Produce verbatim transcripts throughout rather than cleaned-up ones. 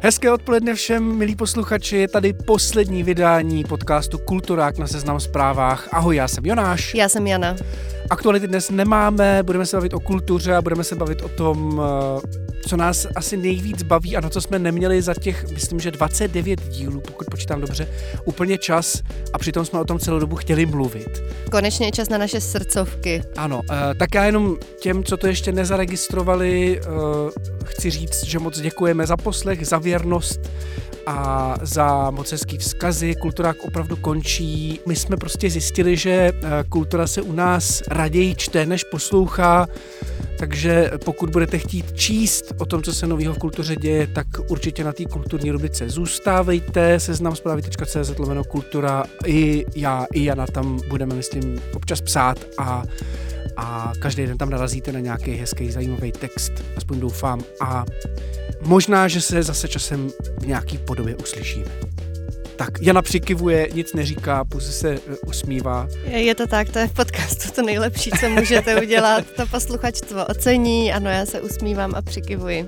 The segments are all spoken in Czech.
Hezké odpoledne všem, milí posluchači, je tady poslední vydání podcastu Kulturák na Seznam Zprávách. Ahoj, já jsem Jonáš. Já jsem Jana. Aktuality dnes nemáme, budeme se bavit o kultuře a budeme se bavit o tom, co nás asi nejvíc baví a na co jsme neměli za těch, myslím, že dvacet devět dílů, pokud počítám dobře, úplně čas a přitom jsme o tom celou dobu chtěli mluvit. Konečně je čas na naše srdcovky. Ano, tak já jenom těm, co to ještě nezaregistrovali, chci říct, že moc děkujeme za poslech, za věrnost a za moc hezký vzkazy. Kulturák opravdu končí. My jsme prostě zjistili, že kultura se u nás raději čte, než poslouchá, takže pokud budete chtít číst o tom, co se novýho v kultuře děje, tak určitě na té kulturní rubrice zůstávejte. Seznam zprávy tečka cé zet lomeno kultura. I já, i Jana tam budeme, myslím, občas psát a a každý den tam narazíte na nějaký hezký, zajímavý text, aspoň doufám. A možná, že se zase časem v nějaký podobě uslyšíme. Tak, Jana přikivuje, nic neříká, pouze se usmívá. Je to tak, to je v podcastu to nejlepší, co můžete udělat. To posluchačstvo ocení, ano, já se usmívám a přikivuji.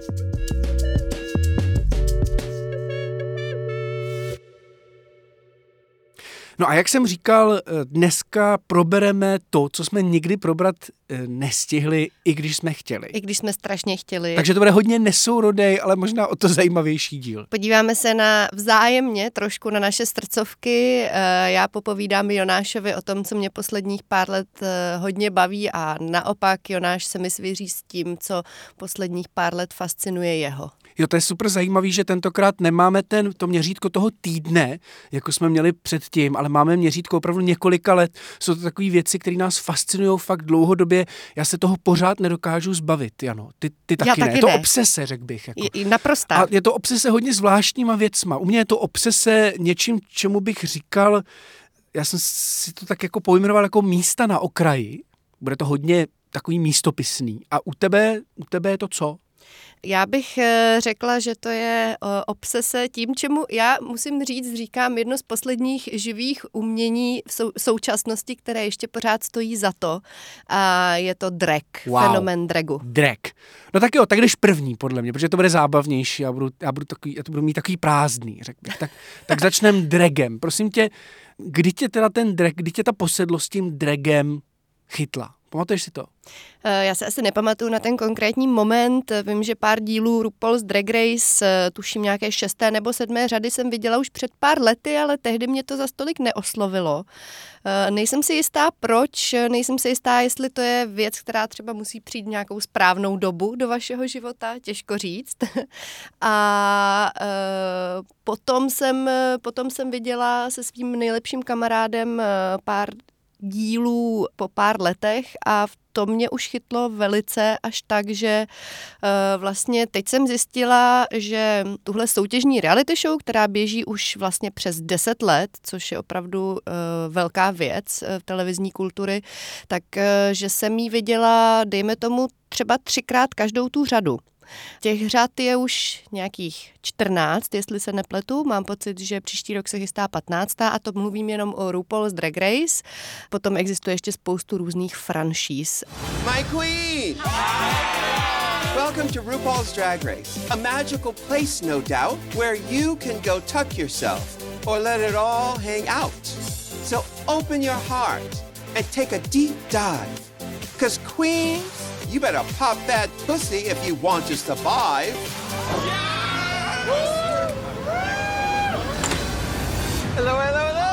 No a jak jsem říkal, dneska probereme to, co jsme nikdy probrat nestihli, i když jsme chtěli. I když jsme strašně chtěli. Takže to bude hodně nesourodej, ale možná o to zajímavější díl. Podíváme se na vzájemně trošku na naše srdcovky. Já popovídám Jonášovi o tom, co mě posledních pár let hodně baví a naopak Jonáš se mi svěří s tím, co posledních pár let fascinuje jeho. Jo, to je super zajímavý, že tentokrát nemáme ten, to měřítko toho týdne, jako jsme měli předtím, ale máme měřítko opravdu několika let. Jsou to takové věci, které nás fascinují fakt dlouhodobě. Já se toho pořád nedokážu zbavit, Jano. Ty, ty taky, taky ne. ne. Je to obsese, řekl bych. Jako. Je, naprostá. A je to obsese hodně zvláštníma věcma. U mě je to obsese něčím, čemu bych říkal, já jsem si to tak jako pojmenoval jako místa na okraji. Bude to hodně takový místopisný. A u tebe, u tebe je to co? Já bych řekla, že to je obsese tím, čemu já musím říct, říkám jedno z posledních živých umění v sou, současnosti, které ještě pořád stojí za to. A je to drag, wow. Fenomén dragu. Drag. No tak jo, tak jdeš první podle mě, protože to bude zábavnější. Já budu, já budu, takový, já to budu mít takový prázdný, řekl bych. Tak, tak začneme dragem. Prosím tě, kdy tě teda ten drag, kdy tě ta posedlost s tím dragem chytla? Pamatuješ si to? Já se asi nepamatuju na ten konkrétní moment. Vím, že pár dílů RuPaul's Drag Race, tuším nějaké šesté nebo sedmé řady jsem viděla už před pár lety, ale tehdy mě to za stolik neoslovilo. Nejsem si jistá proč, nejsem si jistá, jestli to je věc, která třeba musí přijít nějakou správnou dobu do vašeho života, těžko říct. A potom jsem, potom jsem viděla se svým nejlepším kamarádem pár dílů po pár letech a to mě už chytlo velice až tak, že uh, vlastně teď jsem zjistila, že tuhle soutěžní reality show, která běží už vlastně přes deset let, což je opravdu uh, velká věc uh, televizní kultury, tak uh, že jsem jí viděla, dejme tomu, třeba třikrát každou tu řadu. Těch řad je už nějakých čtrnáct, jestli se nepletu. Mám pocit, že příští rok se chystá patnáctá a to mluvím jenom o RuPaul's Drag Race. Potom existuje ještě spoustu různých franšíz. My queen! Welcome to RuPaul's Drag Race, a magical place, no doubt, where you can go tuck yourself or let it all hang out. So open your heart and take a deep dive, because queens, you better pop that pussy if you want to survive. Hello, hello, hello!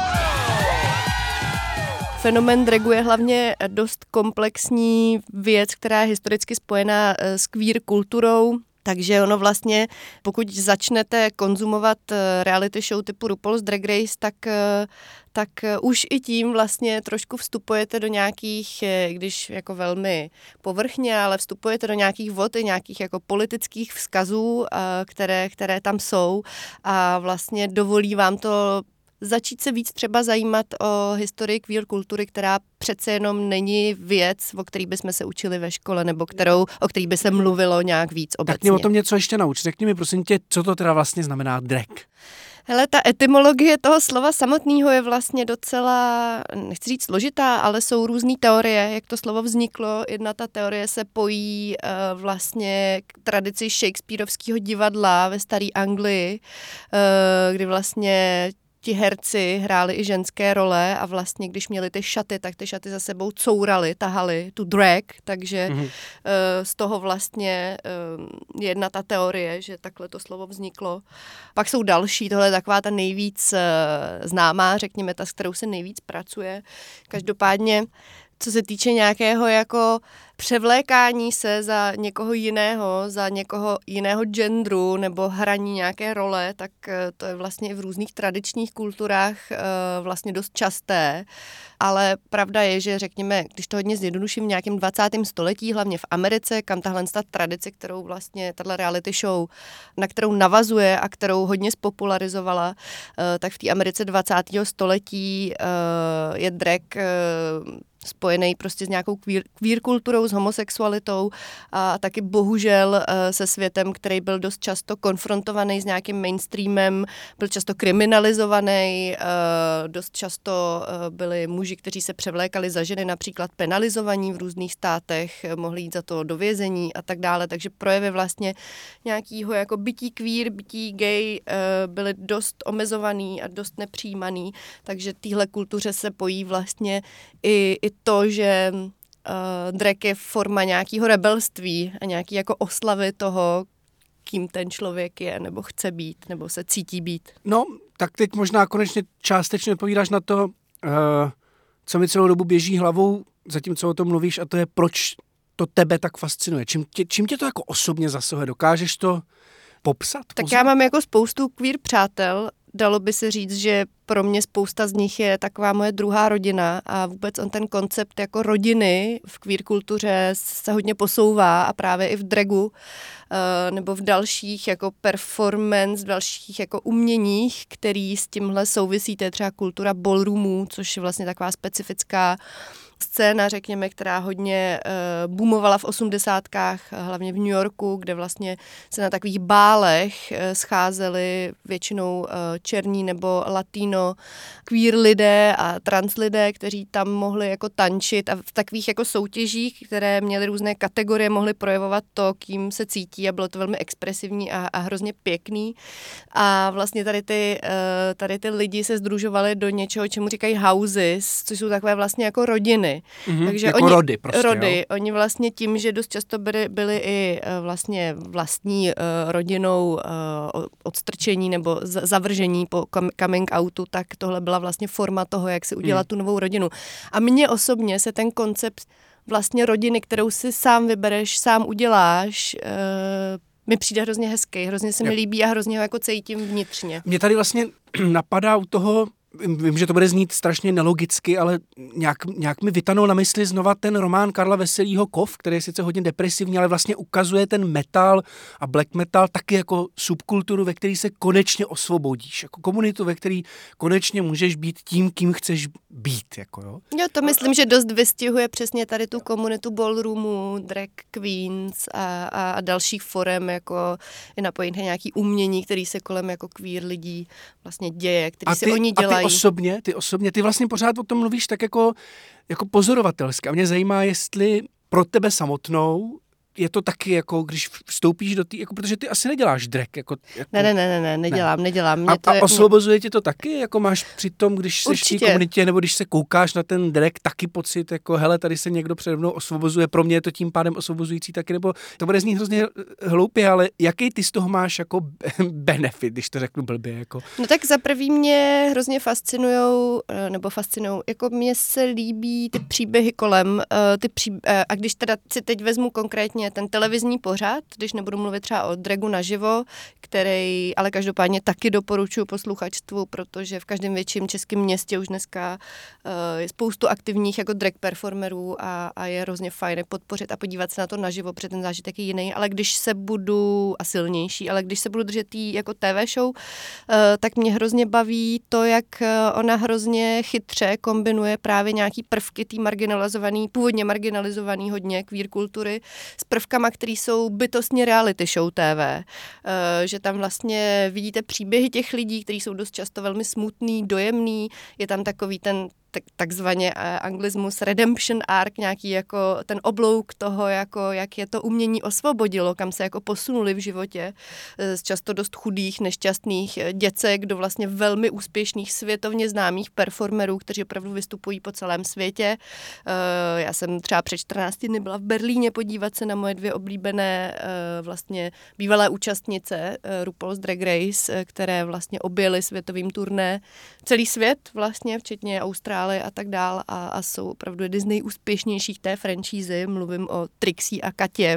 Fenomén dragu je hlavně dost komplexní věc, která je historicky spojená s queer kulturou. Takže ono vlastně, pokud začnete konzumovat reality show typu RuPaul's Drag Race, tak, tak už i tím vlastně trošku vstupujete do nějakých, když jako velmi povrchně, ale vstupujete do nějakých vod i nějakých jako politických vzkazů, které, které tam jsou a vlastně dovolí vám to začít se víc třeba zajímat o historii queer kultury, která přece jenom není věc, o který bychom se učili ve škole, nebo kterou, o který by se mluvilo nějak víc obecně. Tak mě o tom něco ještě nauč. Řekni mi prosím tě, co to teda vlastně znamená drag. Hele, ta etymologie toho slova samotného je vlastně docela, nechci říct složitá, ale jsou různý teorie, jak to slovo vzniklo. Jedna ta teorie se pojí uh, vlastně k tradici shakespearovského divadla ve staré Anglii, uh, kdy vlastně ti herci hráli i ženské role a vlastně, když měli ty šaty, tak ty šaty za sebou courali, tahali tu drag, takže mm-hmm. uh, z toho vlastně uh, jedna ta teorie, že takhle to slovo vzniklo. Pak jsou další, tohle je taková ta nejvíc uh, známá, řekněme, ta, s kterou se nejvíc pracuje. Každopádně, co se týče nějakého jako převlékání se za někoho jiného, za někoho jiného genderu nebo hraní nějaké role, tak to je vlastně i v různých tradičních kulturách vlastně dost časté. Ale pravda je, že řekněme, když to hodně zjednoduším, v nějakém dvacátém století, hlavně v Americe, kam tahle tradice, kterou vlastně tahle reality show, na kterou navazuje a kterou hodně spopularizovala, tak v té Americe dvacátého století je drag spojený prostě s nějakou queer, queer kulturou, s homosexualitou a taky bohužel se světem, který byl dost často konfrontovaný s nějakým mainstreamem, byl často kriminalizovaný, dost často byli muži, kteří se převlékali za ženy, například penalizovaní v různých státech, mohli jít za to do vězení a tak dále, takže projevy vlastně nějakého jako bytí queer, bytí gay byly dost omezovaný a dost nepřijímaný, takže téhle kultuře se pojí vlastně i, i to, že uh, drag je forma nějakého rebelství a nějaký jako oslavy toho, kým ten člověk je, nebo chce být, nebo se cítí být. No, tak teď možná konečně částečně odpovídáš na to, uh, co mi celou dobu běží hlavou, zatímco o tom mluvíš, a to je, proč to tebe tak fascinuje. Čím tě, čím tě to jako osobně zasahuje? Dokážeš to popsat? Tak poznat? Já mám jako spoustu queer přátel, dalo by se říct, že pro mě spousta z nich je taková moje druhá rodina a vůbec on ten koncept jako rodiny v queer kultuře se hodně posouvá a právě i v dragu uh, nebo v dalších jako performance, v dalších jako uměních, který s tímhle souvisí, to je třeba kultura ballroomů, což je vlastně taková specifická scéna, řekněme, která hodně uh, boomovala v osmdesátkách, hlavně v New Yorku, kde vlastně se na takových bálech uh, scházeli většinou uh, černí nebo latino queer lidé a trans lidé, kteří tam mohli jako tančit a v takových jako soutěžích, které měly různé kategorie, mohly projevovat to, kým se cítí a bylo to velmi expresivní a, a hrozně pěkný. A vlastně tady ty, uh, tady ty lidi se sdružovali do něčeho, čemu říkají houses, což jsou takové vlastně jako rodiny. Mm-hmm, Takže jako oni, rody prostě, rody. Jo? Oni vlastně tím, že dost často byli, byli i uh, vlastně vlastní uh, rodinou uh, odstrčení nebo z- zavržení po coming outu, tak tohle byla vlastně forma toho, jak si udělat mm. tu novou rodinu. A mně osobně se ten koncept vlastně rodiny, kterou si sám vybereš, sám uděláš, uh, mi přijde hrozně hezký, hrozně se mi líbí a hrozně ho jako cítím vnitřně. Mě tady vlastně napadá u toho, vím, že to bude znít strašně nelogicky, ale nějak, nějak mi vytanul na mysli znova ten román Karla Veselýho Kov, který je sice hodně depresivní, ale vlastně ukazuje ten metal a black metal taky jako subkulturu, ve který se konečně osvobodíš. Jako komunitu, ve který konečně můžeš být tím, kým chceš být. Jako jo. jo, to myslím, že dost vystihuje přesně tady tu komunitu ballroomů, drag queens a, a, a dalších forem, jako je napojené nějaký umění, který se kolem jako queer lidí vlastně děje, který si oni dělají. A ty osobně, ty osobně, ty vlastně pořád o tom mluvíš tak jako, jako pozorovatelsky. A mě zajímá, jestli pro tebe samotnou je to taky jako, když vstoupíš do té, jako, protože ty asi neděláš drag. Jako, jako, ne, ne, ne, ne, nedělám, ne. nedělám. Mě a, to a je, osvobozuje tě to taky? Jako máš při tom, když jsi v té Určitě. komunitě, nebo když se koukáš na ten drag, taky pocit, jako hele, tady se někdo přede mnou osvobozuje, pro mě je to tím pádem osvobozující taky, nebo to bude znít hrozně hloupě, ale jaký ty z toho máš jako benefit, když to řeknu blbě? Jako? No tak za prvý mě hrozně fascinujou, nebo fascinujou, jako mně se líbí ty příběhy kolem, ty pří, a když teda si teď vezmu konkrétně ten televizní pořad, když nebudu mluvit třeba o dragu naživo, který ale každopádně taky doporučuji posluchačstvu, protože v každém větším českém městě už dneska uh, je spoustu aktivních jako drag performerů a, a je hrozně fajn podpořit a podívat se na to naživo, protože ten zážitek je jiný, ale když se budu, a silnější, ale když se budu držet tý jako té vé show, uh, tak mě hrozně baví to, jak ona hrozně chytře kombinuje právě nějaký prvky té marginalizovaný, původně marginalizovaný hodně queer kultury s prvkama, který jsou bytostně reality show T V. Uh, že tam vlastně vidíte příběhy těch lidí, kteří jsou dost často velmi smutný, dojemný. Je tam takový ten tak, takzvaně uh, anglismus redemption arc, nějaký jako ten oblouk toho, jako jak je to umění osvobodilo, kam se jako posunuli v životě uh, z často dost chudých, nešťastných děcek do vlastně velmi úspěšných, světovně známých performerů, kteří opravdu vystupují po celém světě. Uh, já jsem třeba před čtrnácti dny byla v Berlíně podívat se na moje dvě oblíbené uh, vlastně bývalé účastnice uh, RuPaul's Drag Race, uh, které vlastně objely světovým turné celý svět vlastně, včetně Austrálie a tak dál a, a jsou opravdu jedny z nejúspěšnějších té franšízy. Mluvím o Trixie a Katě.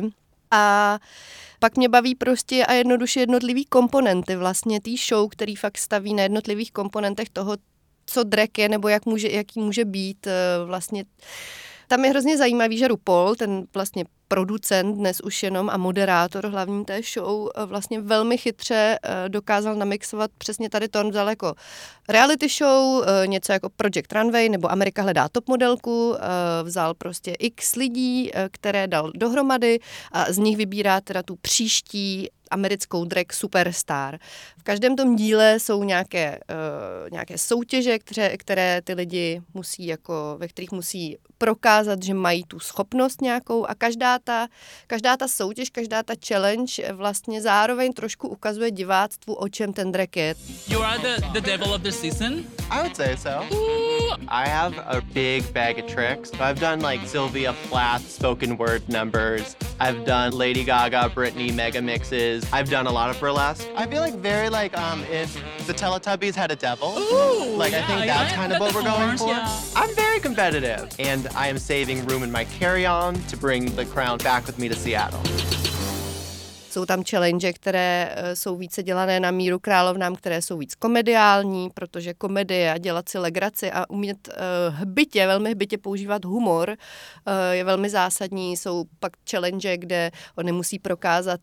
A pak mě baví prostě a jednoduše jednotlivý komponenty vlastně té show, který fakt staví na jednotlivých komponentech toho, co drag je nebo jak může, jaký může být vlastně. Tam je hrozně zajímavý, že RuPaul, ten vlastně producent dnes už jenom a moderátor hlavní té show, vlastně velmi chytře dokázal namixovat přesně tady to. On vzal jako reality show, něco jako Project Runway nebo Amerika hledá top modelku, vzal prostě x lidí, které dal dohromady a z nich vybírá teda tu příští americkou drag superstar. V každém tom díle jsou nějaké, uh, nějaké soutěže, které, které ty lidi musí jako, ve kterých musí prokázat, že mají tu schopnost nějakou a každá ta, každá ta soutěž, každá ta challenge vlastně zároveň trošku ukazuje diváctvu, o čem ten drag je. You are the, the devil of the season? I would say so. Ooh. I have a big bag of tricks. I've done like Sylvia Plath spoken word numbers. I've done Lady Gaga, Britney mega mixes. I've done a lot of burlesque. I feel like very like um if the Teletubbies had a devil. Ooh, like yeah, I think yeah, that's yeah, kind of what we're going horns, for. yeah. I'm very competitive and I am saving room in my carry-on to bring the crown back with me to Seattle. Jsou tam challenge, které jsou více dělané na míru královnám, které jsou víc komediální, protože komedie a dělat si legraci a umět uh, hbitě, velmi hbitě používat humor uh, je velmi zásadní. Jsou pak challenge, kde on nemusí prokázat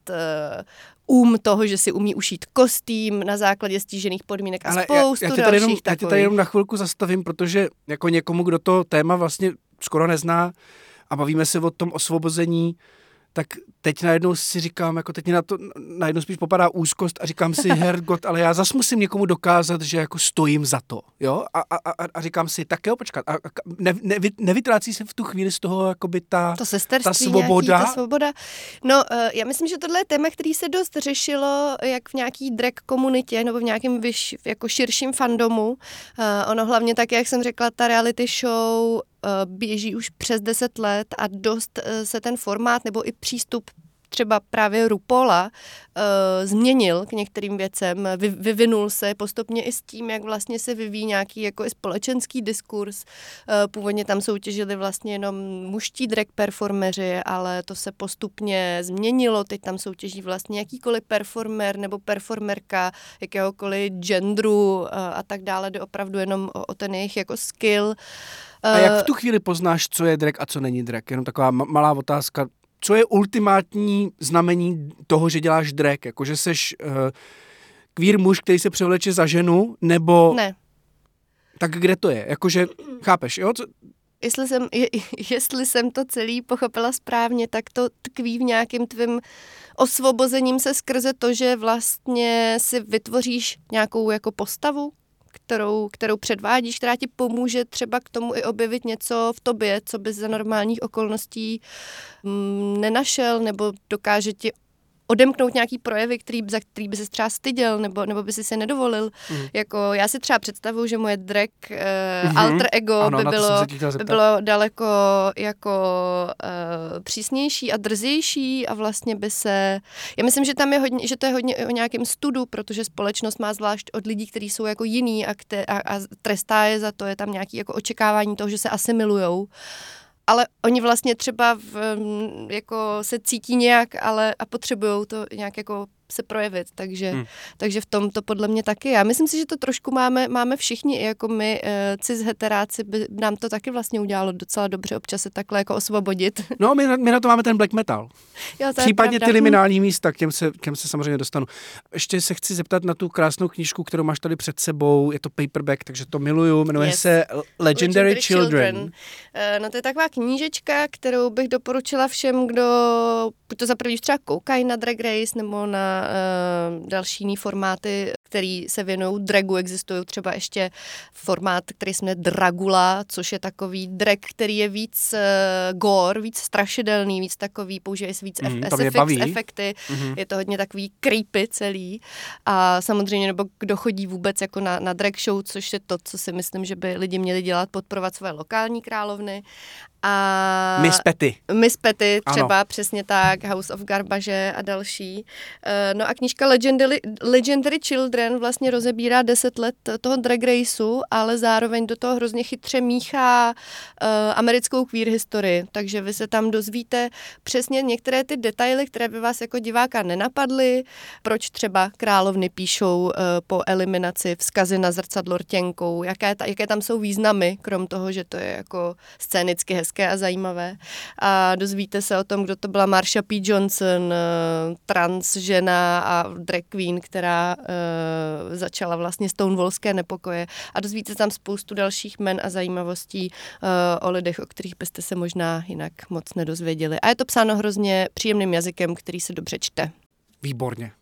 uh, um toho, že si umí ušít kostým na základě stížených podmínek a ale spoustu já, já dalších tady jenom, takových. Já tě tady jenom na chvilku zastavím, protože jako někomu, kdo to téma vlastně skoro nezná a bavíme se o tom osvobození, tak teď najednou si říkám, jako teď mě na to najednou spíš popadá úzkost a říkám si, hergot, ale já zas musím někomu dokázat, že jako stojím za to, jo? A, a, a, a říkám si, tak jo, počkat, a, a ne, ne, nevytrácí se v tu chvíli z toho jakoby ta, to ta svoboda? Nějaký, ta svoboda. No, uh, já myslím, že tohle je téma, který se dost řešilo jak v nějaký drag komunitě nebo v nějakém vyš, jako širším fandomu. Uh, ono hlavně tak, jak jsem řekla, ta reality show běží už přes deset let a dost se ten formát nebo i přístup třeba právě RuPaula uh, změnil k některým věcem, vy, vyvinul se postupně i s tím, jak vlastně se vyvíjí nějaký jako i společenský diskurs. Uh, původně tam soutěžili vlastně jenom mužští drag performeři, ale to se postupně změnilo. Teď tam soutěží vlastně jakýkoliv performer nebo performerka, jakéhokoliv genderu uh, a tak dále. Jde opravdu jenom o, o ten jejich jako skill. A jak v tu chvíli poznáš, co je drag a co není drag? Jenom taková malá otázka. Co je ultimátní znamení toho, že děláš drag? Jako, že seš uh, queer muž, který se převleče za ženu, nebo... Ne. Tak kde to je? Jakože, chápeš, jo? Co... Jestli jsem, je, jestli jsem to celý pochopila správně, tak to tkví v nějakým tvým osvobozením se skrze to, že vlastně si vytvoříš nějakou jako postavu, kterou, kterou předvádíš, která ti pomůže třeba k tomu i objevit něco v tobě, co bys za normálních okolností mm, nenašel, nebo dokáže ti odemknout nějaký projevy, který, za který by se třeba styděl, nebo, nebo by si se nedovolil. Mm. Jako, já si třeba představuju, že moje drag uh, mm-hmm. alter ego ano, by, bylo, by bylo daleko jako uh, přísnější a drzejší a vlastně by se... Já myslím, že tam je hodně, že to je hodně o nějakém studu, protože společnost má zvlášť od lidí, kteří jsou jako jiný a, kte, a, a trestá je za to, je tam nějaké jako očekávání toho, že se asimilujou. Ale oni vlastně třeba v, jako se cítí nějak ale, a potřebují to nějak jako se projevit, takže, hmm. takže v tom to podle mě taky. Já myslím si, že to trošku máme, máme všichni, i jako my e, cis heteráci, by nám to taky vlastně udělalo docela dobře občas se takhle jako osvobodit. No, my, my na to máme ten black metal. Jo, to Případně je ty liminální místa, k těm se, k těm se samozřejmě dostanu. Ještě se chci zeptat na tu krásnou knížku, kterou máš tady před sebou, je to paperback, takže to miluju, jmenuje yes. se Legendary, Legendary Children. Children. No to je taková knížečka, kterou bych doporučila všem, kdo to za první třeba koukají na Drag Race nebo na uh, další jiný formáty, který se věnují dragu. Existují třeba ještě formát, který se jmenuje Dragula, což je takový drag, který je víc uh, gore, víc strašidelný, víc takový, používají se víc mm, F S F X efekty. Mm-hmm. Je to hodně takový creepy celý. A samozřejmě, nebo kdo chodí vůbec jako na, na drag show, což je to, co si myslím, že by lidi měli dělat, podporovat své lokální královny. A Miss Petty. Miss Petty, třeba ano. přesně tak, House of Garbage a další. No a knížka Legendary, Legendary Children vlastně rozebírá deset let toho drag raceu, ale zároveň do toho hrozně chytře míchá uh, americkou queer historii, takže vy se tam dozvíte přesně některé ty detaily, které by vás jako diváka nenapadly, proč třeba královny píšou uh, po eliminaci vzkazy na zrcadlo rtěnkou, jaké, ta, jaké tam jsou významy, krom toho, že to je jako scénicky hezké a zajímavé. A dozvíte se o tom, kdo to byla Marsha P. Johnson, trans žena a drag queen, která uh, začala vlastně stonewallské nepokoje. A dozvíte tam spoustu dalších jmen a zajímavostí uh, o lidech, o kterých byste se možná jinak moc nedozvěděli. A je to psáno hrozně příjemným jazykem, který se dobře čte. Výborně.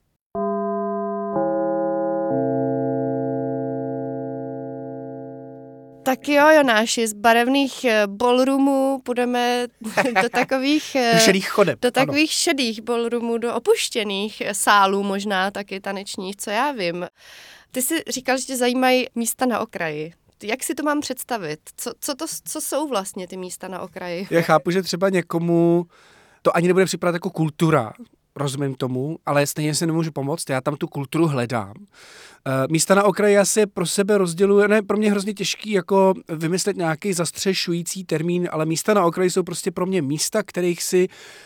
Tak jo, Jonáši, z barevných ballroomů půjdeme do takových... do šedých chodeb. Do takových ano. šedých ballroomů, do opuštěných sálů možná, taky tanečních, co já vím. Ty jsi říkal, že tě zajímají místa na okraji. Jak si to mám představit? Co, co, to, co jsou vlastně ty místa na okraji? Já chápu, že třeba někomu to ani nebude připadat jako kultura, rozumím tomu, ale stejně se nemůžu pomoct, já tam tu kulturu hledám. Místa na okraji já si pro sebe rozděluji, ne, pro mě hrozně těžký jako vymyslet nějaký zastřešující termín, ale místa na okraji jsou prostě pro mě místa, kterých si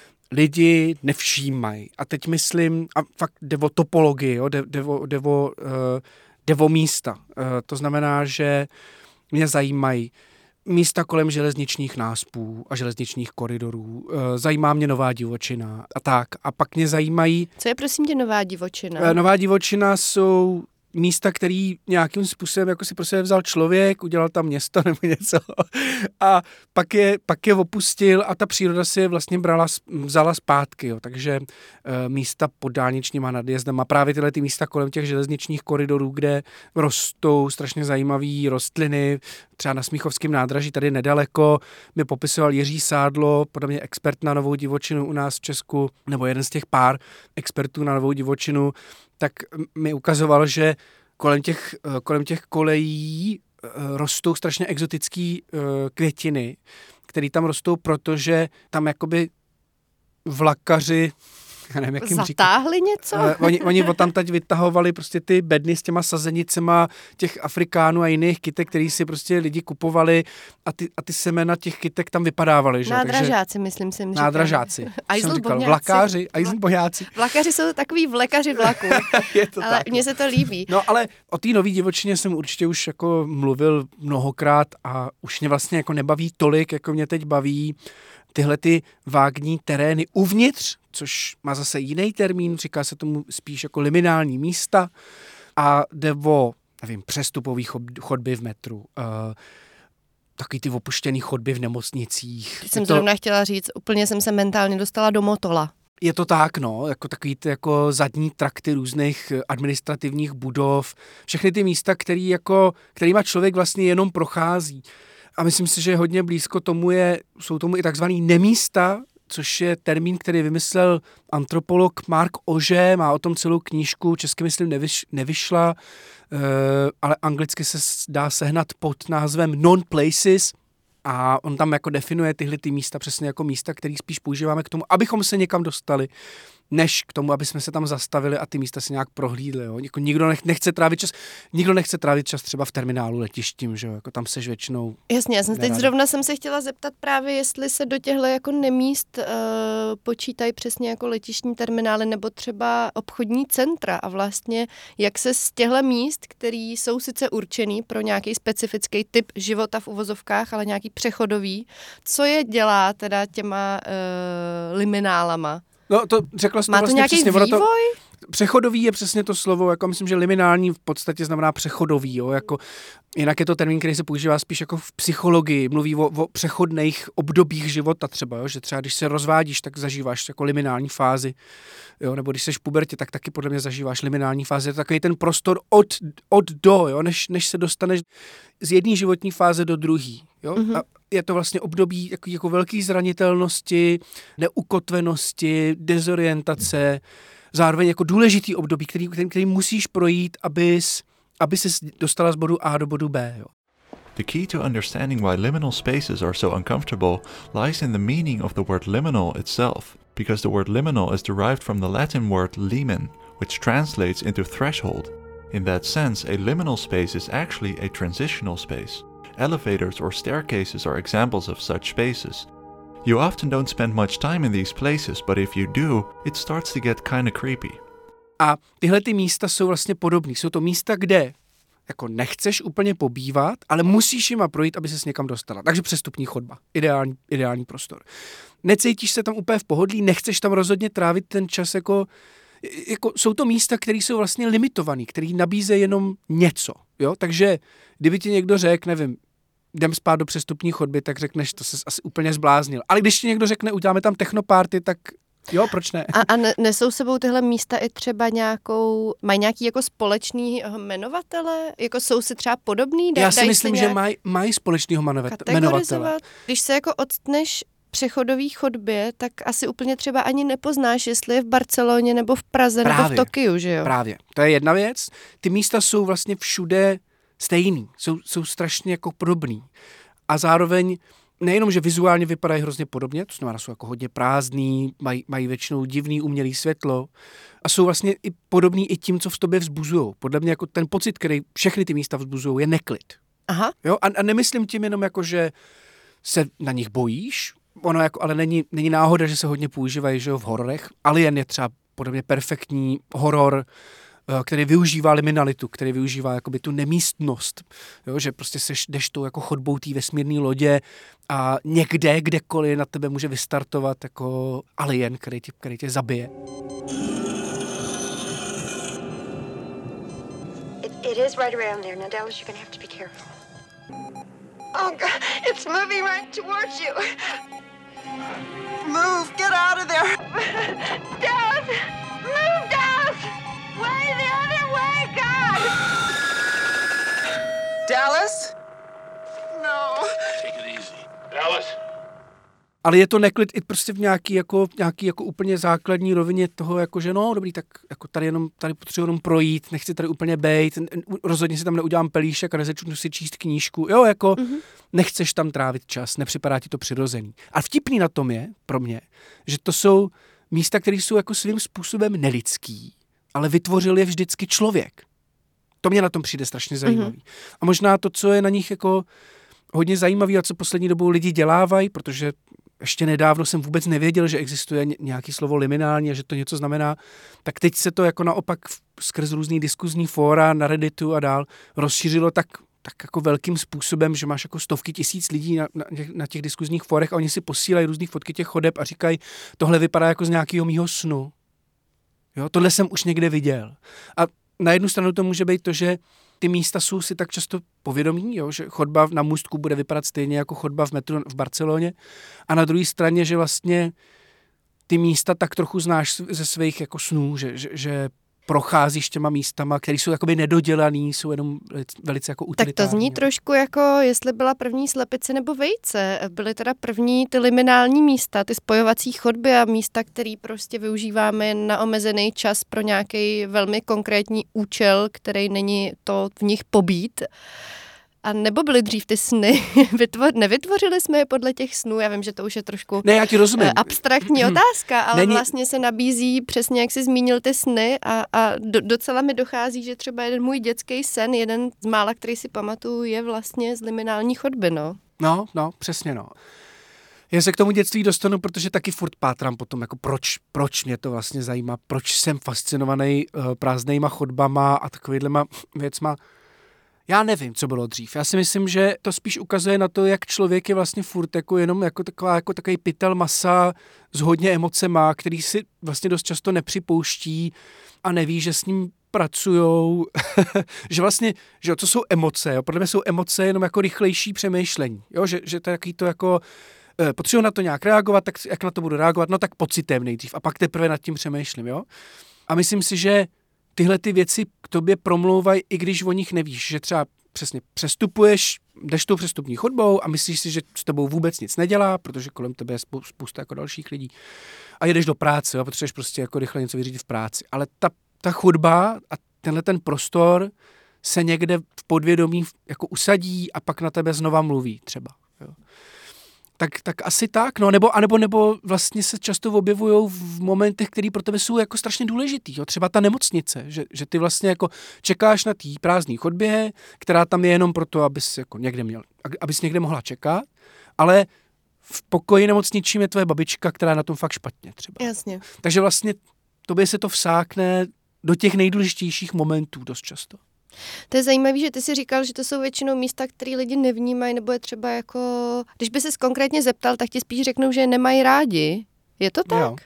lidi nevšímají. A teď myslím, a fakt jde o topologii, jo, jde, jde, o, jde, o, uh, jde o místa. Uh, to znamená, že mě zajímají místa kolem železničních náspů a železničních koridorů. Zajímá mě Nová divočina a tak. A pak mě zajímají... Co je prosím tě Nová divočina? Nová divočina jsou místa, který nějakým způsobem jako si pro sebe vzal člověk, udělal tam město nebo něco a pak je, pak je opustil a ta příroda si je vlastně brala, vzala zpátky. Jo. Takže e, místa pod dálničníma nadjezdem a právě tyhle ty místa kolem těch železničních koridorů, kde rostou strašně zajímavé rostliny, třeba na Smíchovském nádraží tady nedaleko, mi popisoval Jiří Sádlo, podle mě expert na Novou divočinu u nás v Česku, nebo jeden z těch pár expertů na Novou divočinu, tak mi ukazoval, že kolem těch, kolem těch kolejí rostou strašně exotické květiny, které tam rostou, protože tam jakoby vlakaři, já nevím, jak jim zatáhli říkat. Něco? Uh, oni, oni odtamtať vytahovali prostě ty bedny s těma sazenicema těch Afrikánů a jiných kytek, který si prostě lidi kupovali a ty, a ty semena těch kytek tam vypadávaly. Že? Nádražáci, Takže, myslím si. Nádražáci. Vlakáři, ajzlboňáci. Vlakaři jsou takový vlekaři vlaku. Je to ale tak, mně se to líbí. No ale o té Nový divočině jsem určitě už jako mluvil mnohokrát a už mě vlastně jako nebaví tolik, jako mě teď baví tyhle ty vágní terény uvnitř, což má zase jiný termín, říká se tomu spíš jako liminální místa a jde o, nevím, přestupový chodby v metru, uh, takový ty opuštěný chodby v nemocnicích. Teď jsem to... zrovna chtěla říct, úplně jsem se mentálně dostala do Motola. Je to tak, no, jako takový ty jako zadní trakty různých administrativních budov, všechny ty místa, který jako, kterýma člověk vlastně jenom prochází. A myslím si, že hodně blízko tomu je, jsou tomu i takzvaný nemísta, což je termín, který vymyslel antropolog Mark Ože, má o tom celou knížku, česky myslím nevyš, nevyšla, uh, ale anglicky se dá sehnat pod názvem non-places a on tam jako definuje tyhle ty místa přesně jako místa, které spíš používáme k tomu, abychom se někam dostali, než k tomu, aby jsme se tam zastavili a ty místa si nějak prohlídli. Jo? Jako nikdo nech, nechce trávit čas, nikdo nechce trávit čas třeba v terminálu letištím, že jo? Jako tam seš většinou. Jasně, já jsem nerad. teď zrovna jsem se chtěla zeptat právě, jestli se do těchto jako nemíst uh, počítají přesně jako letištní terminály nebo třeba obchodní centra a vlastně jak se z těchto míst, který jsou sice určený pro nějaký specifický typ života v uvozovkách, ale nějaký přechodový, co je dělá teda těma uh, liminálama? No to řekla jsi to Má to vlastně nějaký přesně. vývoj? To, přechodový je přesně to slovo, jako myslím, že liminální v podstatě znamená přechodový, jo, jako jinak je to termín, který se používá spíš jako v psychologii, mluví o, o přechodných obdobích života třeba, jo, že třeba když se rozvádíš, tak zažíváš jako liminální fázi, jo, nebo když seš v pubertě, tak taky podle mě zažíváš liminální fázi, je to takový ten prostor od, od do, jo, než, než se dostaneš z jedné životní fáze do druhé, jo, mm-hmm. a je to vlastně období jako, jako velké zranitelnosti, neukotvenosti, dezorientace, zároveň jako důležitý období, který, který, který musíš projít, abys, aby ses dostala z bodu A do bodu B. Jo. The key to understanding why liminal spaces are so uncomfortable lies in the meaning of the word liminal itself, because the word liminal is derived from the Latin word limen, which translates into threshold. In that sense, a liminal space is actually a transitional space. Elevators or staircases are examples of such spaces. You often don't spend much time in these places, but if you do, it starts to get kind of creepy. A tyhle ty místa jsou vlastně podobný. Jsou to místa, kde jako nechceš úplně pobývat, ale musíš jima projít, aby ses někam dostala. Takže přestupní chodba. Ideální, ideální prostor. Necítíš se tam úplně v pohodlí, nechceš tam rozhodně trávit ten čas jako... jako jsou to místa, které jsou vlastně limitované, které nabízejí jenom něco. Jo? Takže kdyby ti někdo řekl, nevím, jdem spát do přestupní chodby, tak řekneš, to ses asi úplně zbláznil. Ale když ti někdo řekne, uděláme tam technoparty, tak jo, proč ne? A, a nesou sebou tyhle místa i třeba nějakou, mají nějaký jako společný jmenovatele? Jako jsou si třeba podobný? Já si myslím, že mají maj společného jmenovatele. Když se jako odstneš přechodové chodbě, tak asi úplně třeba ani nepoznáš, jestli je v Barceloně nebo v Praze Právě. nebo v Tokiu, že jo? Právě. To je jedna věc. Ty místa jsou vlastně všude stejný. Jsou, jsou strašně jako podobný. A zároveň nejenom, že vizuálně vypadají hrozně podobně, to znamená, jsou jako hodně prázdný, mají, mají většinou divný umělý světlo a jsou vlastně i podobný i tím, co v tobě vzbuzujou. Podle mě jako ten pocit, který všechny ty místa vzbuzujou, je neklid. Aha. Jo? A, a nemyslím tím jenom jako, že se na nich bojíš, ono jako, ale není, není náhoda, že se hodně používají, že jo, v hororech. Alien je třeba podle mě perfektní horor, který využívá liminalitu, který využívá jakoby tu nemístnost, jo, že prostě seš, jdeš tou jako chodbou té vesmírné lodě a někde, kdekoliv na tebe může vystartovat jako alien, který tě, který tě zabije. It, it is right around there. Now, Dallas, you're gonna have to be careful. Oh, God, it's moving right towards you. Move, get out of there. Dallas, move, Dallas. Way the other way, God! Dallas? No. Take it easy. Dallas? Ale je to neklid i prostě v nějaký jako, nějaký jako úplně základní rovině toho, jako že no, dobrý, tak jako tady jenom, tady potřebuji jenom projít, nechci tady úplně bejt, rozhodně si tam neudělám pelíšek a nezačnu si číst knížku, jo, jako mm-hmm. nechceš tam trávit čas, nepřipadá ti to přirozený. A vtipný na tom je, pro mě, že to jsou místa, které jsou jako svým způsobem nelidský, ale vytvořil je vždycky člověk. To mě na tom přijde strašně zajímavý. Mm-hmm. A možná to, co je na nich jako hodně zajímavý a co poslední dobou lidi dělávají, protože ještě nedávno jsem vůbec nevěděl, že existuje nějaký slovo liminální a že to něco znamená, tak teď se to jako naopak skrz různý diskuzní fóra na Redditu a dál rozšířilo tak, tak jako velkým způsobem, že máš jako stovky tisíc lidí na, na, na těch diskuzních fórech a oni si posílají různý fotky těch chodeb a říkají, tohle vypadá jako z nějakého mýho snu. Jo, tohle jsem už někde viděl. A na jednu stranu to může být to, že ty místa jsou si tak často povědomí, jo, že chodba na můstku bude vypadat stejně jako chodba v metru v Barceloně. A na druhé straně, že vlastně ty místa tak trochu znáš ze svých jako snů, že, že, že procházíš těma místama, které jsou jakoby nedodělaný, jsou jenom velice jako utilitární. Tak to zní trošku jako, jestli byla první slepice nebo vejce. Byly teda první ty liminální místa, ty spojovací chodby a místa, které prostě využíváme na omezený čas pro nějaký velmi konkrétní účel, který není to v nich pobít. A nebo byly dřív ty sny? Vytvo- nevytvořili jsme je podle těch snů? Já vím, že to už je trošku ne, já ti rozumím. abstraktní otázka, ale Není... vlastně se nabízí přesně, jak jsi zmínil ty sny a, a do, docela mi dochází, že třeba jeden můj dětský sen, jeden z mála, který si pamatuju, je vlastně z liminální chodby, no. No, no, přesně, no. Já se k tomu dětství dostanu, protože taky furt pátrám potom, jako proč, proč mě to vlastně zajímá, proč jsem fascinovaný uh, prázdnejma chodbama a takovýhlema věcma. Já nevím, co bylo dřív. Já si myslím, že to spíš ukazuje na to, jak člověk je vlastně furt jako jenom jako, taková, jako takový pytel masa s hodně emocema, který si vlastně dost často nepřipouští a neví, že s ním pracujou, že vlastně, že jo, co jsou emoce, jo? Podle mě jsou emoce jenom jako rychlejší přemýšlení, jo? Že, že to je takový to jako, eh, potřebuji na to nějak reagovat, tak jak na to budu reagovat, no tak pocitem nejdřív a pak teprve nad tím přemýšlím, jo. A myslím si, že tyhle ty věci k tobě promlouvají, i když o nich nevíš, že třeba přesně přestupuješ, jdeš tou přestupní chodbou a myslíš si, že s tebou vůbec nic nedělá, protože kolem tebe je spousta jako dalších lidí a jedeš do práce a potřebuješ prostě jako rychle něco vyřídit v práci. Ale ta, ta chodba a tenhle ten prostor se někde v podvědomí jako usadí a pak na tebe znova mluví třeba. Jo. Tak, tak asi tak, no, nebo, anebo, nebo vlastně se často objevují v momentech, které pro tebe jsou jako strašně důležitý, jo. Třeba ta nemocnice, že, že ty vlastně jako čekáš na té prázdné chodbě, která tam je jenom proto, abys jako někde měl, abys někde mohla čekat, ale v pokoji nemocničím je tvoje babička, která je na tom fakt špatně třeba. Jasně. Takže vlastně tobě se to vsákne do těch nejdůležitějších momentů dost často. To je zajímavé, že ty si říkal, že to jsou většinou místa, které lidi nevnímají, nebo je třeba jako, když by ses konkrétně zeptal, tak ti spíš řeknou, že je nemají rádi. Je to tak? Jo.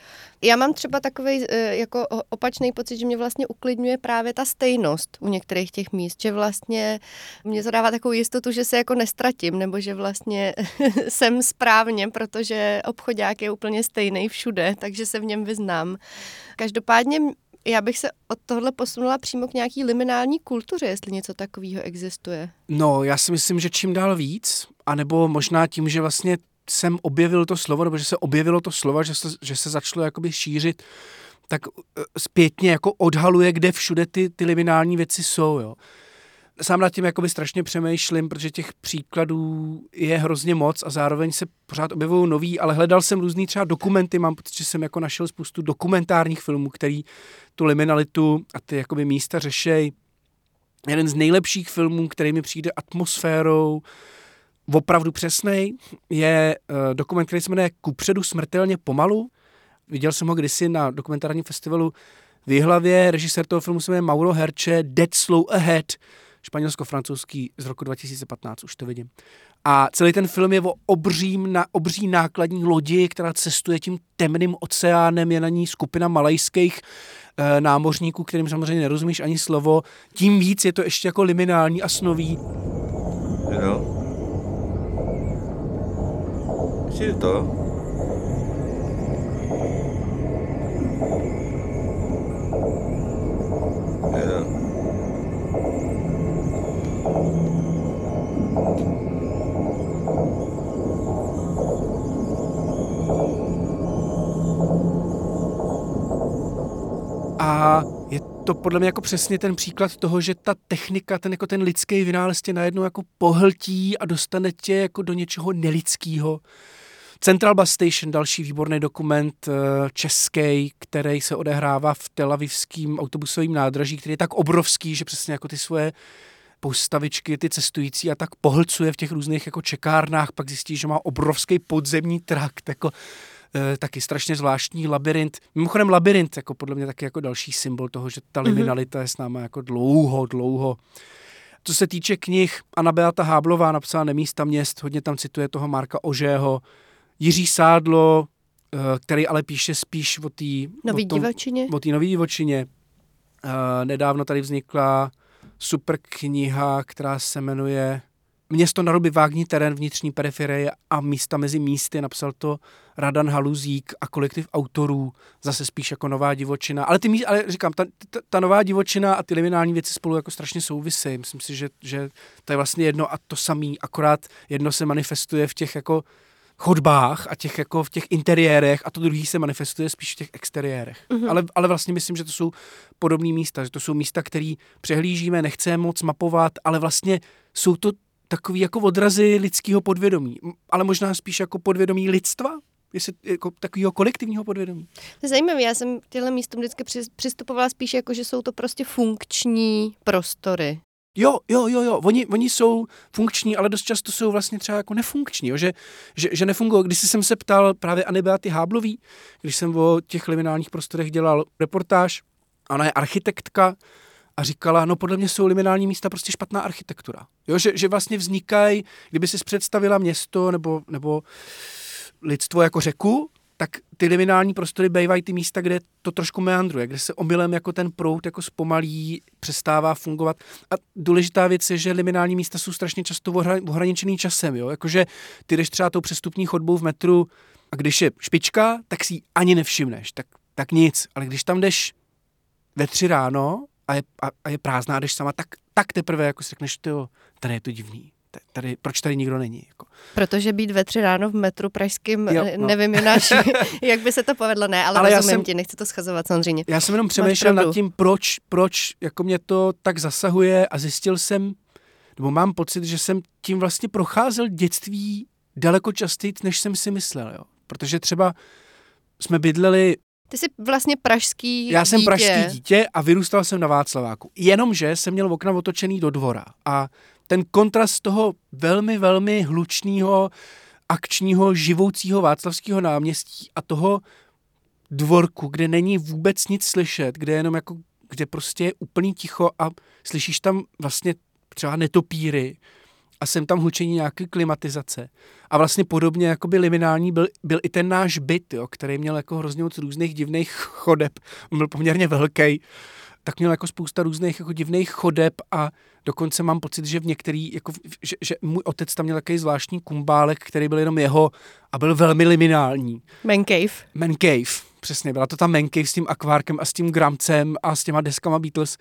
Já mám třeba takový jako opačný pocit, že mě vlastně uklidňuje právě ta stejnost u některých těch míst, že vlastně mě to dává takovou jistotu, že se jako nestratím, nebo že vlastně jsem správně, protože obchodák je úplně stejný všude, takže se v něm vyznám. Každopádně já bych se od tohle posunula přímo k nějaký liminální kultuře, jestli něco takového existuje. No, já si myslím, že čím dál víc, anebo možná tím, že vlastně jsem objevil to slovo, nebo že se objevilo to slovo, že se, že se začalo jakoby šířit, tak zpětně jako odhaluje, kde všude ty, ty liminální věci jsou, jo. Sám nad tím jakoby strašně přemýšlím, protože těch příkladů je hrozně moc a zároveň se pořád objevují nový, ale hledal jsem různý třeba dokumenty, mám pocit, že jsem jako našel spoustu dokumentárních filmů, který tu liminalitu a ty jakoby místa řešej. Jeden z nejlepších filmů, který mi přijde atmosférou opravdu přesnej, je uh, dokument, který se jmenuje Kupředu smrtelně pomalu. Viděl jsem ho kdysi na dokumentárním festivalu v Jihlavě. Režisér toho filmu se jmenuje Mauro Herce, Dead Slow Ahead, španělsko-francouzský z roku dva tisíce patnáct, už to vidím. A celý ten film je o obřím, na, obří nákladní lodi, která cestuje tím temným oceánem, je na ní skupina malajských e, námořníků, kterým samozřejmě nerozumíš ani slovo. Tím víc je to ještě jako liminální a snový. Jo. Je to? A je to podle mě jako přesně ten příklad toho, že ta technika, ten jako ten lidský vynález tě najednou jako pohltí a dostane tě jako do něčeho nelidského. Central Bus Station, další výborný dokument český, který se odehrává v telavivském autobusovém nádraží, který je tak obrovský, že přesně jako ty svoje postavičky, ty cestující a tak pohlcuje v těch různých jako čekárnách, pak zjistí, že má obrovský podzemní trakt, jako e, taky strašně zvláštní labirint. Mimochodem labirint, jako podle mě taky jako další symbol toho, že ta liminalita je s náma jako dlouho, dlouho. Co se týče knih, Anna Beata Háblová napsala Nemísta měst, hodně tam cituje toho Marka Ožého, Jiří Sádlo, který ale píše spíš o té nový divočině. O té nový divočině. Nedávno tady vznikla super kniha, která se jmenuje Město na ruby, vágní terén, vnitřní periferie a místa mezi místy. Napsal to Radan Haluzík a kolektiv autorů, zase spíš jako nová divočina. Ale, ty, ale říkám, ta, ta, ta nová divočina a ty liminální věci spolu jako strašně souvisejí. Myslím si, že, že to je vlastně jedno a to samý, akorát jedno se manifestuje v těch jako chodbách a těch jako v těch interiérech a to druhý se manifestuje spíš v těch exteriérech. Mm-hmm. Ale, ale vlastně myslím, že to jsou podobné místa, že to jsou místa, které přehlížíme, nechceme moc mapovat, ale vlastně jsou to takový jako odrazy lidského podvědomí, ale možná spíš jako podvědomí lidstva, jestli jako takového kolektivního podvědomí. To je zajímavé, já jsem k těmhle místům vždycky přistupovala spíš jako, že jsou to prostě funkční prostory. Jo, jo, jo, jo, oni, oni jsou funkční, ale dost často jsou vlastně třeba jako nefunkční, jo? Že, že, že nefungují. Když jsem se ptal právě Anny Beaty Háblový, když jsem o těch liminálních prostorech dělal reportáž, ona je architektka a říkala, no podle mě jsou liminální místa prostě špatná architektura. Jo? Že, že vlastně vznikají, kdyby si představila město nebo, nebo lidstvo jako řeku, tak ty liminální prostory bývají ty místa, kde to trošku meandruje, kde se omylem jako ten proud jako zpomalí, přestává fungovat. A důležitá věc je, že liminální místa jsou strašně často ohraničený časem, jo? Jakože ty jdeš třeba tou přestupní chodbou v metru a když je špička, tak si ji ani nevšimneš, tak, tak nic. Ale když tam jdeš ve tři ráno a je, a, a je prázdná, jdeš sama, tak, tak teprve jako si řekneš, tyjo, tady je to divný. Tady, proč tady nikdo není? Jako. Protože být ve tři ráno v metru pražským, jo, no. nevím, Jonáš, jak by se to povedlo, ne, ale, ale rozumím jsem, ti, nechci to schazovat samozřejmě. Já jsem jenom přemýšlel nad tím, proč, proč jako mě to tak zasahuje a zjistil jsem, nebo mám pocit, že jsem tím vlastně procházel dětství daleko častěji, než jsem si myslel, jo. Protože třeba jsme bydleli. Ty jsi vlastně pražský Já jsem dítě. pražský dítě a vyrůstal jsem na Václaváku. Jenomže jsem měl okna otočený do dvora a ten kontrast toho velmi, velmi hlučného, akčního, živoucího Václavského náměstí a toho dvorku, kde není vůbec nic slyšet, kde jenom jako, kde prostě je úplný ticho a slyšíš tam vlastně třeba netopíry a jsem tam hlučení nějaké klimatizace. A vlastně podobně jakoby liminální byl, byl i ten náš byt, jo, který měl jako hrozně moc různých divných chodeb. On byl poměrně velký, tak měl jako spousta různých jako divných chodeb a dokonce mám pocit, že v některý, jako, že, že můj otec tam měl takový zvláštní kumbálek, který byl jenom jeho a byl velmi liminální. Man cave. Man cave, přesně. Byla to ta man cave s tím akvárkem a s tím Gramcem a s těma deskama Beatles.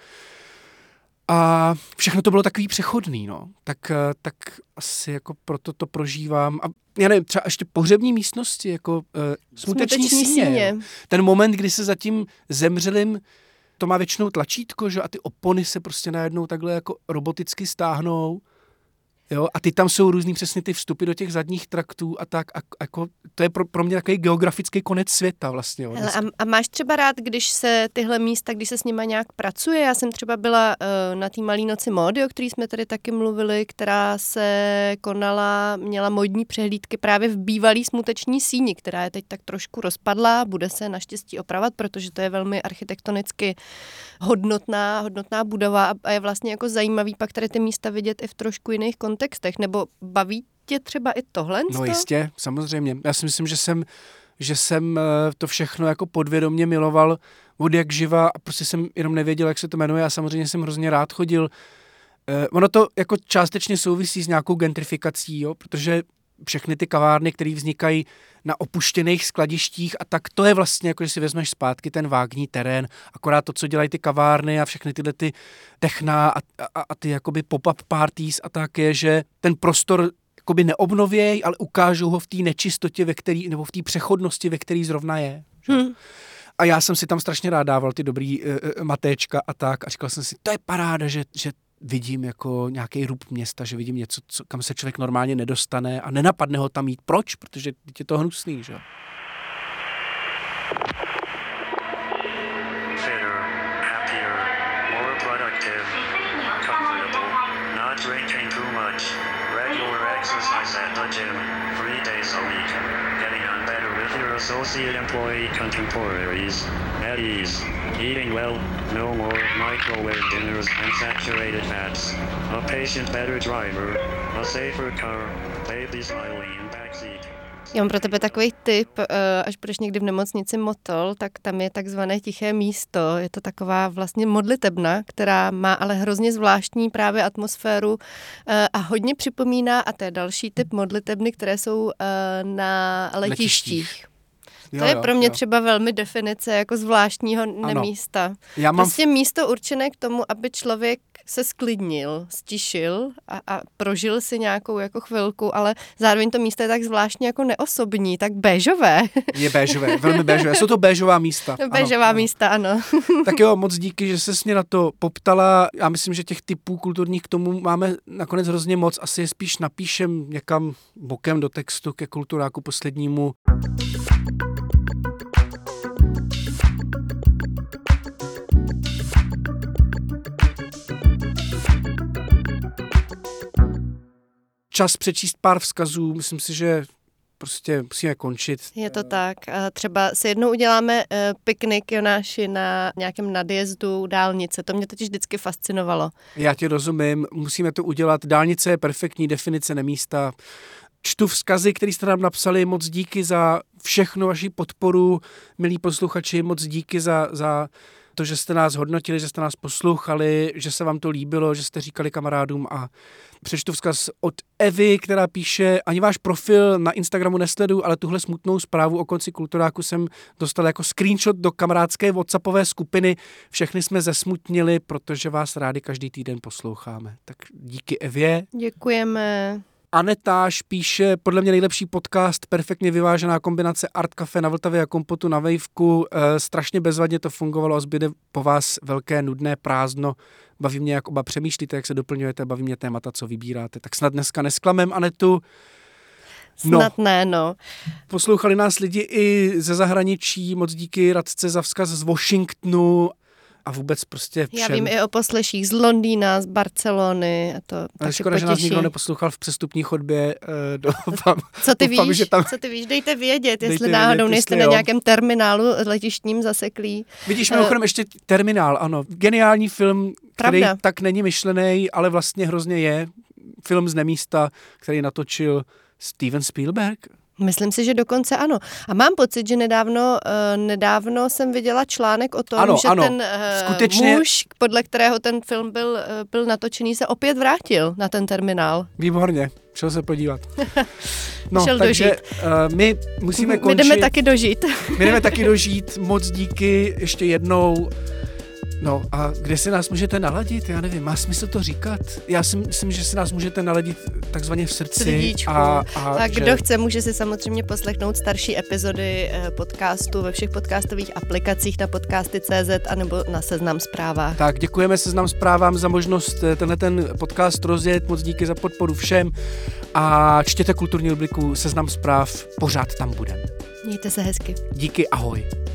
A všechno to bylo takový přechodný, no. Tak, tak asi jako proto to prožívám. A já nevím, třeba ještě pohřební místnosti, jako uh, smuteční, smuteční síně. síně. Ten moment, kdy se za tím zemřelým to má většinou tlačítko, že? A ty opony se prostě najednou takhle jako roboticky stáhnou. Jo? A ty tam jsou různý přesně ty vstupy do těch zadních traktů a tak. A, jako, to je pro, pro mě takový geografický konec světa vlastně. Jo, Hele, a, a máš třeba rád, když se tyhle místa, když se s nima nějak pracuje? Já jsem třeba byla uh, na té malé noci módy, o který jsme tady taky mluvili, která se konala, měla módní přehlídky právě v bývalý smuteční síni, která je teď tak trošku rozpadlá, bude se naštěstí opravovat, protože to je velmi architektonicky hodnotná, hodnotná budova a je vlastně jako zajímavý pak tady ty místa vidět i v trošku jiných kontextech, nebo baví tě třeba i tohle? No jistě, samozřejmě. Já si myslím, že jsem, že jsem to všechno jako podvědomě miloval od jak živa a prostě jsem jenom nevěděl, jak se to jmenuje a samozřejmě jsem hrozně rád chodil. Ono to jako částečně souvisí s nějakou gentrifikací, jo, protože všechny ty kavárny, které vznikají na opuštěných skladištích a tak to je vlastně, jako že si vezmeš zpátky ten vágní terén, akorát to, co dělají ty kavárny a všechny tyhle ty techna a, a, a ty jakoby pop-up parties a tak je, že ten prostor jakoby neobnověj, ale ukážou ho v té nečistotě, ve který, nebo v té přechodnosti, ve který zrovna je. Hmm. A já jsem si tam strašně rád dával ty dobrý uh, matéčka a tak a říkal jsem si, to je paráda, že, že vidím jako nějaký rub města, že vidím něco, co, kam se člověk normálně nedostane a nenapadne ho tam jít. Proč? Protože je to hnusný, že jo? Fitter, happier, more productive, comfortable, not drinking too much, regular exercise at the gym, three days a week, getting on better with your associate employee contemporaries, at ease, eating well, no more microwave dinners and saturated fats, a patient better driver, a safer car, baby smiling in backseat. Já mám pro tebe takový tip, až budeš někdy v nemocnici Motol, tak tam je takzvané tiché místo. Je to taková vlastně modlitebna, která má ale hrozně zvláštní právě atmosféru a hodně připomíná, a to je další typ modlitebny, které jsou na letištích. To je jo, pro mě jo. třeba velmi definice jako zvláštního nemísta. Já mám Prostě místo určené k tomu, aby člověk se sklidnil, stišil a, a prožil si nějakou jako chvilku, ale zároveň to místo je tak zvláštně jako neosobní, tak béžové. Je béžové, velmi béžové. Jsou to béžová místa. Béžová ano, místa, ano. Tak jo, moc díky, že ses mě na to poptala. Já myslím, že těch typů kulturních k tomu máme nakonec hrozně moc. Asi je spíš napíšem někam bokem do textu ke kulturáku poslednímu. Čas přečíst pár vzkazů, myslím si, že prostě musíme končit. Je to tak. A třeba si jednou uděláme uh, piknik, Jonáši, na nějakém nadjezdu dálnice. To mě totiž vždycky fascinovalo. Já ti rozumím, musíme to udělat. Dálnice je perfektní definice nemísta. Čtu vzkazy, které jste nám napsali, moc díky za všechno vaši podporu, milí posluchači, moc díky za, za to, že jste nás hodnotili, že jste nás poslouchali, že se vám to líbilo, že jste říkali kamarádům a přečtu vzkaz od Evy, která píše, ani váš profil na Instagramu nesleduju, ale tuhle smutnou zprávu o konci kulturáku jsem dostal jako screenshot do kamarádské WhatsAppové skupiny. Všechny jsme zesmutnili, protože vás rádi každý týden posloucháme. Tak díky Evě. Děkujeme. Anetáš píše, podle mě nejlepší podcast, perfektně vyvážená kombinace Art Café na Vltavě a kompotu na Vejvku. E, strašně bezvadně to fungovalo a zbyde po vás velké nudné prázdno. Baví mě, jak oba přemýšlíte, jak se doplňujete, baví mě témata, co vybíráte. Tak snad dneska nesklamem, Anetu. No. Snad ne, no. Poslouchali nás lidi i ze zahraničí, moc díky Radce za vzkaz z Washingtonu. A vůbec prostě všem. Já vím i o posleších z Londýna, z Barcelony. A to ale škoda, že nás nikdo neposlouchal v přestupní chodbě. Uh, doufám, co ty doufám, víš? Že tam... Co ty víš? Dejte vědět, Dejte jestli náhodou vědět, nejste jestli na jo. nějakém terminálu letištním zaseklý. Vidíš, mimochodem uh, ještě Terminál, ano. Geniální film, který pravda. Tak není myšlený, ale vlastně hrozně je. Film z nemísta, který natočil Steven Spielberg. Myslím si, že dokonce ano. A mám pocit, že nedávno, uh, nedávno jsem viděla článek o tom, ano, že ano. ten uh, Skutečně... muž, podle kterého ten film byl, uh, byl natočený, se opět vrátil na ten terminál. Výborně, šel se podívat. No, Šel takže uh, my musíme končit. My jdeme taky dožít. My jdeme taky dožít. Moc díky ještě jednou. No a kde si nás můžete naladit? Já nevím, má smysl to říkat? Já si myslím, že si nás můžete naladit takzvaně v srdci. A, a, a že... kdo chce, může si samozřejmě poslechnout starší epizody podcastu ve všech podcastových aplikacích na podcasty tečka cé zet anebo na Seznam Zprávách. Tak děkujeme Seznam Zprávám za možnost tenhle ten podcast rozjet. Moc díky za podporu všem a čtěte kulturní rubriku Seznam Zpráv, pořád tam budeme. Mějte se hezky. Díky, ahoj.